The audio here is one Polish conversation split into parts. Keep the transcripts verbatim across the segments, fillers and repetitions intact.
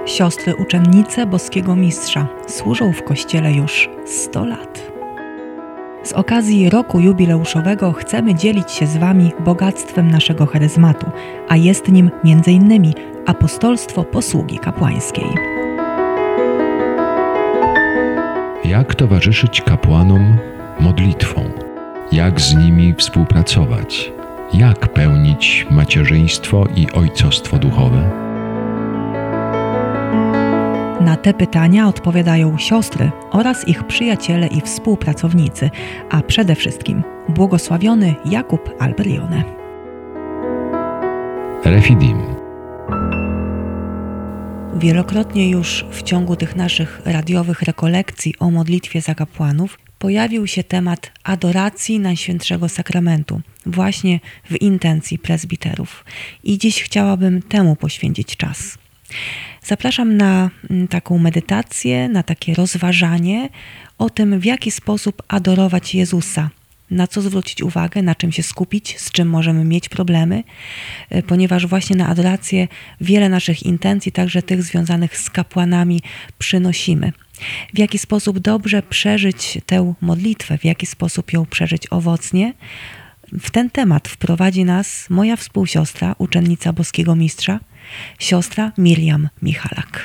Siostry uczennice boskiego mistrza służą w kościele już sto lat. Z okazji roku jubileuszowego chcemy dzielić się z Wami bogactwem naszego charyzmatu, a jest nim między innymi apostolstwo posługi kapłańskiej. Jak towarzyszyć kapłanom modlitwą? Jak z nimi współpracować? Jak pełnić macierzyństwo i ojcostwo duchowe? Na te pytania odpowiadają siostry oraz ich przyjaciele i współpracownicy, a przede wszystkim błogosławiony Jakub Alberione. Refidim. Wielokrotnie już w ciągu tych naszych radiowych rekolekcji o modlitwie za kapłanów pojawił się temat adoracji Najświętszego Sakramentu, właśnie w intencji prezbiterów. I dziś chciałabym temu poświęcić czas. Zapraszam na taką medytację, na takie rozważanie o tym, w jaki sposób adorować Jezusa, na co zwrócić uwagę, na czym się skupić, z czym możemy mieć problemy, ponieważ właśnie na adorację wiele naszych intencji, także tych związanych z kapłanami, przynosimy. W jaki sposób dobrze przeżyć tę modlitwę, w jaki sposób ją przeżyć owocnie. W ten temat wprowadzi nas moja współsiostra, uczennica boskiego mistrza, siostra Miriam Michalak.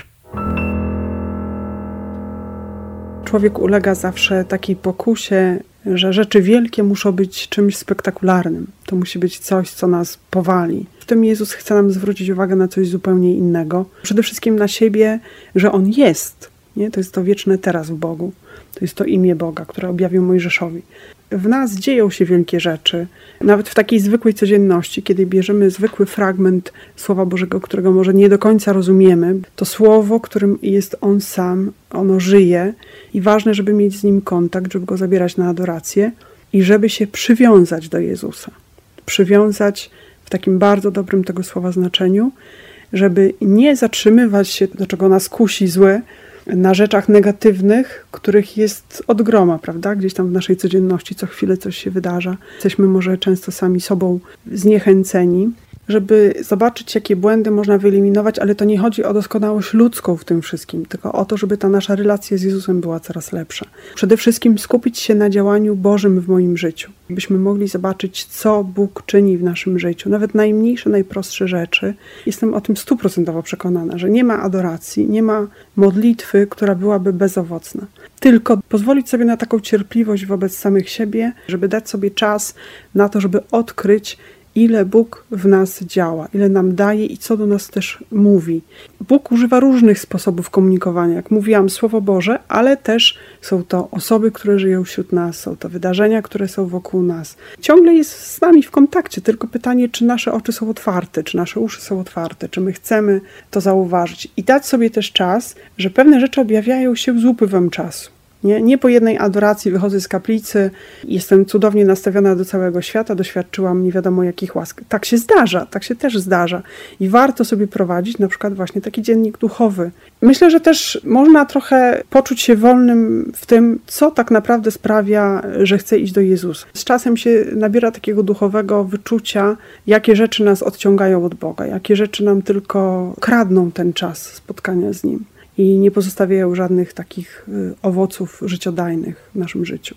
Człowiek ulega zawsze takiej pokusie, że rzeczy wielkie muszą być czymś spektakularnym. To musi być coś, co nas powali. W tym Jezus chce nam zwrócić uwagę na coś zupełnie innego. Przede wszystkim na siebie, że On jest. Nie? To jest to wieczne teraz w Bogu. To jest to imię Boga, które objawił Mojżeszowi. W nas dzieją się wielkie rzeczy, nawet w takiej zwykłej codzienności, kiedy bierzemy zwykły fragment Słowa Bożego, którego może nie do końca rozumiemy. To Słowo, którym jest On sam, ono żyje i ważne, żeby mieć z Nim kontakt, żeby Go zabierać na adorację i żeby się przywiązać do Jezusa. Przywiązać w takim bardzo dobrym tego słowa znaczeniu, żeby nie zatrzymywać się, do czego nas kusi złe, na rzeczach negatywnych, których jest od groma, prawda? Gdzieś tam w naszej codzienności co chwilę coś się wydarza. Jesteśmy może często sami sobą zniechęceni, żeby zobaczyć, jakie błędy można wyeliminować, ale to nie chodzi o doskonałość ludzką w tym wszystkim, tylko o to, żeby ta nasza relacja z Jezusem była coraz lepsza. Przede wszystkim skupić się na działaniu Bożym w moim życiu. Byśmy mogli zobaczyć, co Bóg czyni w naszym życiu. Nawet najmniejsze, najprostsze rzeczy. Jestem o tym stuprocentowo przekonana, że nie ma adoracji, nie ma modlitwy, która byłaby bezowocna. Tylko pozwolić sobie na taką cierpliwość wobec samych siebie, żeby dać sobie czas na to, żeby odkryć, ile Bóg w nas działa, ile nam daje i co do nas też mówi. Bóg używa różnych sposobów komunikowania. Jak mówiłam, Słowo Boże, ale też są to osoby, które żyją wśród nas, są to wydarzenia, które są wokół nas. Ciągle jest z nami w kontakcie, tylko pytanie, czy nasze oczy są otwarte, czy nasze uszy są otwarte, czy my chcemy to zauważyć. I dać sobie też czas, że pewne rzeczy objawiają się z upływem czasu. Nie, nie po jednej adoracji wychodzę z kaplicy, jestem cudownie nastawiona do całego świata, doświadczyłam nie wiadomo jakich łask. Tak się zdarza, tak się też zdarza. I warto sobie prowadzić na przykład właśnie taki dziennik duchowy. Myślę, że też można trochę poczuć się wolnym w tym, co tak naprawdę sprawia, że chcę iść do Jezusa. Z czasem się nabiera takiego duchowego wyczucia, jakie rzeczy nas odciągają od Boga, jakie rzeczy nam tylko kradną ten czas spotkania z Nim i nie pozostawiają żadnych takich owoców życiodajnych w naszym życiu.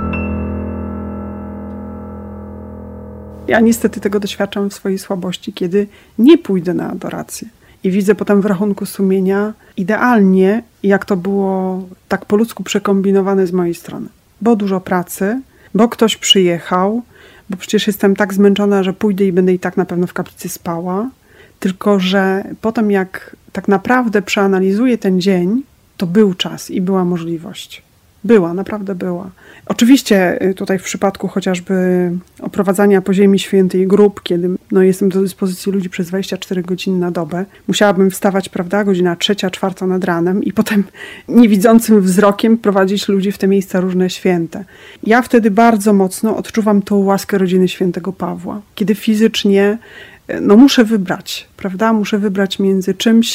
Ja niestety tego doświadczam w swojej słabości, kiedy nie pójdę na adorację. I widzę potem w rachunku sumienia idealnie, jak to było tak po ludzku przekombinowane z mojej strony. Bo dużo pracy, bo ktoś przyjechał, bo przecież jestem tak zmęczona, że pójdę i będę i tak na pewno w kaplicy spała. Tylko że potem jak tak naprawdę przeanalizuję ten dzień, to był czas i była możliwość. Była, naprawdę była. Oczywiście tutaj w przypadku chociażby oprowadzania po Ziemi Świętej grup, kiedy no, jestem do dyspozycji ludzi przez dwadzieścia cztery godziny na dobę, musiałabym wstawać, prawda, godzina trzecia, czwarta nad ranem i potem niewidzącym wzrokiem prowadzić ludzi w te miejsca różne święte. Ja wtedy bardzo mocno odczuwam tą łaskę rodziny świętego Pawła, kiedy fizycznie no muszę wybrać, prawda? Muszę wybrać między czymś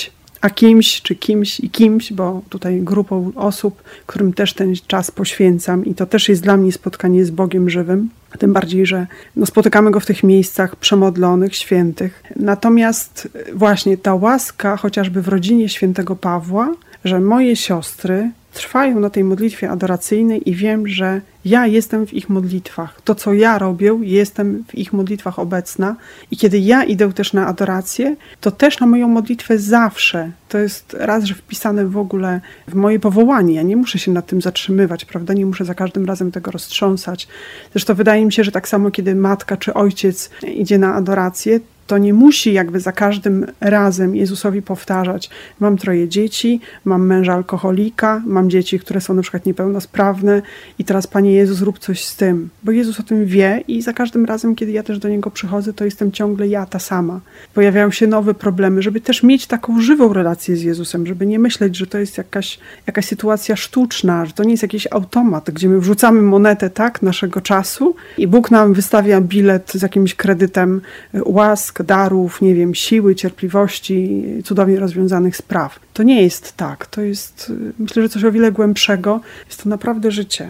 a kimś, czy kimś i kimś, bo tutaj grupą osób, którym też ten czas poświęcam i to też jest dla mnie spotkanie z Bogiem żywym. Tym bardziej, że no, spotykamy Go w tych miejscach przemodlonych, świętych. Natomiast właśnie ta łaska, chociażby w rodzinie świętego Pawła, że moje siostry trwają na tej modlitwie adoracyjnej i wiem, że ja jestem w ich modlitwach. To, co ja robię, jestem w ich modlitwach obecna i kiedy ja idę też na adorację, to też na moją modlitwę zawsze. To jest raz, że wpisane w ogóle w moje powołanie. Ja nie muszę się nad tym zatrzymywać, prawda? Nie muszę za każdym razem tego roztrząsać. Zresztą wydaje mi się, że tak samo, kiedy matka czy ojciec idzie na adorację, to nie musi jakby za każdym razem Jezusowi powtarzać: mam troje dzieci, mam męża alkoholika, mam dzieci, które są na przykład niepełnosprawne i teraz Panie Jezus, rób coś z tym. Bo Jezus o tym wie i za każdym razem, kiedy ja też do Niego przychodzę, to jestem ciągle ja, ta sama. Pojawiają się nowe problemy, żeby też mieć taką żywą relację z Jezusem, żeby nie myśleć, że to jest jakaś, jakaś sytuacja sztuczna, że to nie jest jakiś automat, gdzie my wrzucamy monetę, tak, naszego czasu i Bóg nam wystawia bilet z jakimś kredytem łask, darów, nie wiem, siły, cierpliwości, cudownie rozwiązanych spraw. To nie jest tak. To jest, myślę, że coś o wiele głębszego. Jest to naprawdę życie.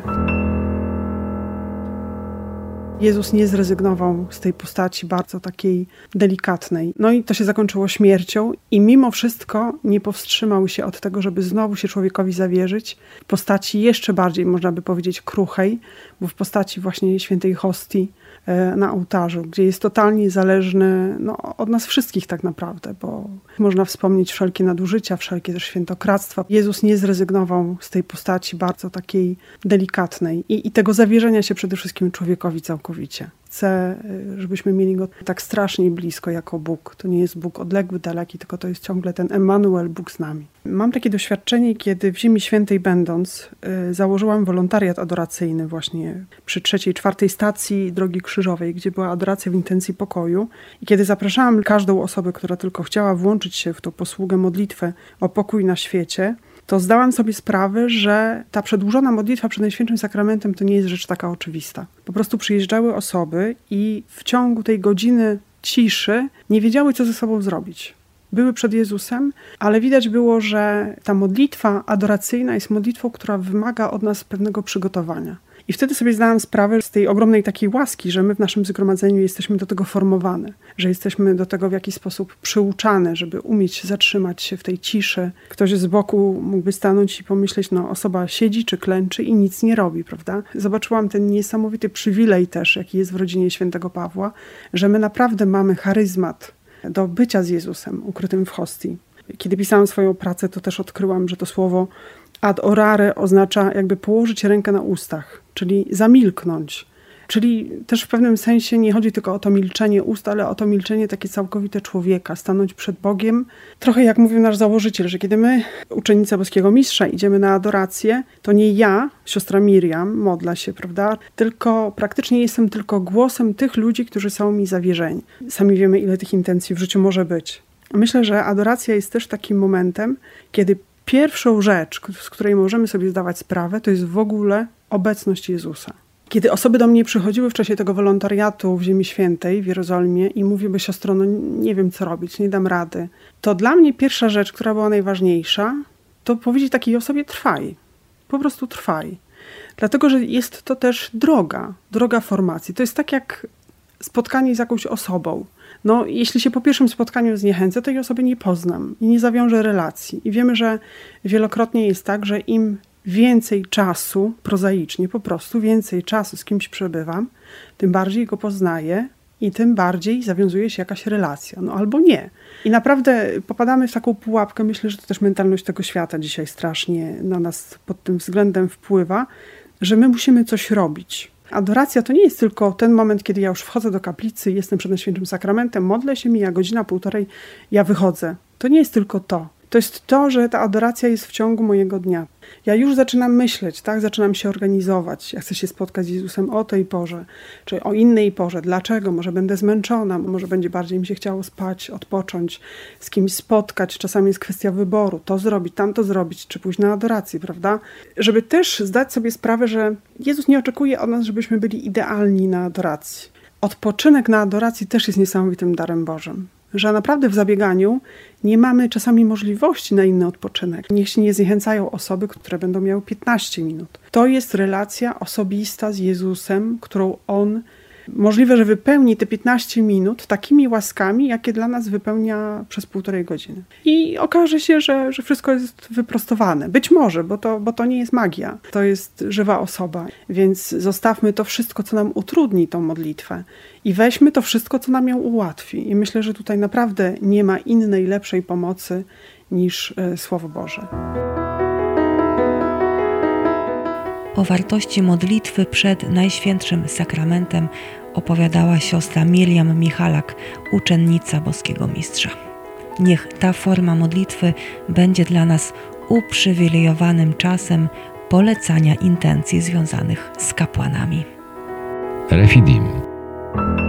Jezus nie zrezygnował z tej postaci bardzo takiej delikatnej. No i to się zakończyło śmiercią i mimo wszystko nie powstrzymał się od tego, żeby znowu się człowiekowi zawierzyć w postaci jeszcze bardziej, można by powiedzieć, kruchej, bo w postaci właśnie świętej hostii na ołtarzu, gdzie jest totalnie zależny no, od nas wszystkich tak naprawdę, bo można wspomnieć wszelkie nadużycia, wszelkie też świętokradztwa. Jezus nie zrezygnował z tej postaci bardzo takiej delikatnej i, i tego zawierzenia się przede wszystkim człowiekowi całkowicie. Chcę, żebyśmy mieli Go tak strasznie blisko jako Bóg. To nie jest Bóg odległy, daleki, tylko to jest ciągle ten Emmanuel, Bóg z nami. Mam takie doświadczenie, kiedy w Ziemi Świętej będąc, yy, założyłam wolontariat adoracyjny właśnie przy trzeciej, czwartej stacji Drogi Krzyżowej, gdzie była adoracja w intencji pokoju. I kiedy zapraszałam każdą osobę, która tylko chciała włączyć się w tą posługę, modlitwę o pokój na świecie, to zdałam sobie sprawę, że ta przedłużona modlitwa przed Najświętszym Sakramentem to nie jest rzecz taka oczywista. Po prostu przyjeżdżały osoby i w ciągu tej godziny ciszy nie wiedziały, co ze sobą zrobić. Były przed Jezusem, ale widać było, że ta modlitwa adoracyjna jest modlitwą, która wymaga od nas pewnego przygotowania. I wtedy sobie zdałam sprawę z tej ogromnej takiej łaski, że my w naszym zgromadzeniu jesteśmy do tego formowane, że jesteśmy do tego w jakiś sposób przyuczane, żeby umieć zatrzymać się w tej ciszy. Ktoś z boku mógłby stanąć i pomyśleć, no osoba siedzi czy klęczy i nic nie robi, prawda? Zobaczyłam ten niesamowity przywilej też, jaki jest w rodzinie świętego Pawła, że my naprawdę mamy charyzmat do bycia z Jezusem ukrytym w hostii. Kiedy pisałam swoją pracę, to też odkryłam, że to słowo ad orare oznacza jakby położyć rękę na ustach, czyli zamilknąć. Czyli też w pewnym sensie nie chodzi tylko o to milczenie ust, ale o to milczenie takie całkowite człowieka, stanąć przed Bogiem. Trochę jak mówił nasz założyciel, że kiedy my, uczennice Boskiego Mistrza, idziemy na adorację, to nie ja, siostra Miriam, modla się, prawda, tylko praktycznie jestem tylko głosem tych ludzi, którzy są mi zawierzeni. Sami wiemy, ile tych intencji w życiu może być. Myślę, że adoracja jest też takim momentem, kiedy pierwszą rzecz, z której możemy sobie zdawać sprawę, to jest w ogóle obecność Jezusa. Kiedy osoby do mnie przychodziły w czasie tego wolontariatu w Ziemi Świętej w Jerozolimie i mówiły: siostro, no nie wiem co robić, nie dam rady, to dla mnie pierwsza rzecz, która była najważniejsza, to powiedzieć takiej osobie: trwaj, po prostu trwaj. Dlatego, że jest to też droga, droga formacji. To jest tak jak spotkanie z jakąś osobą. No, jeśli się po pierwszym spotkaniu zniechęcę, to tej osoby nie poznam i nie zawiążę relacji. I wiemy, że wielokrotnie jest tak, że im więcej czasu, prozaicznie po prostu, więcej czasu z kimś przebywam, tym bardziej go poznaję i tym bardziej zawiązuje się jakaś relacja. No albo nie. I naprawdę popadamy w taką pułapkę. Myślę, że to też mentalność tego świata dzisiaj strasznie na nas pod tym względem wpływa, że my musimy coś robić. Adoracja to nie jest tylko ten moment, kiedy ja już wchodzę do kaplicy, jestem przed Najświętszym Sakramentem, modlę się, mija godzina, półtorej, ja wychodzę. To nie jest tylko to. To jest to, że ta adoracja jest w ciągu mojego dnia. Ja już zaczynam myśleć, tak? Zaczynam się organizować. Ja chcę się spotkać z Jezusem o tej porze, czy o innej porze. Dlaczego? Może będę zmęczona, może będzie bardziej mi się chciało spać, odpocząć, z kimś spotkać. Czasami jest kwestia wyboru. To zrobić, tamto zrobić, czy pójść na adorację, prawda? Żeby też zdać sobie sprawę, że Jezus nie oczekuje od nas, żebyśmy byli idealni na adoracji. Odpoczynek na adoracji też jest niesamowitym darem Bożym. że naprawdę w zabieganiu nie mamy czasami możliwości na inny odpoczynek. Niech się nie zniechęcają osoby, które będą miały piętnaście minut. To jest relacja osobista z Jezusem, którą On możliwe, że wypełni te piętnaście minut takimi łaskami, jakie dla nas wypełnia przez półtorej godziny. I okaże się, że, że wszystko jest wyprostowane. Być może, bo to, bo to nie jest magia. To jest żywa osoba. Więc zostawmy to wszystko, co nam utrudni tą modlitwę i weźmy to wszystko, co nam ją ułatwi. I myślę, że tutaj naprawdę nie ma innej, lepszej pomocy niż Słowo Boże. O wartości modlitwy przed Najświętszym Sakramentem opowiadała siostra Miriam Michalak, uczennica Boskiego Mistrza. Niech ta forma modlitwy będzie dla nas uprzywilejowanym czasem polecania intencji związanych z kapłanami. Refidim.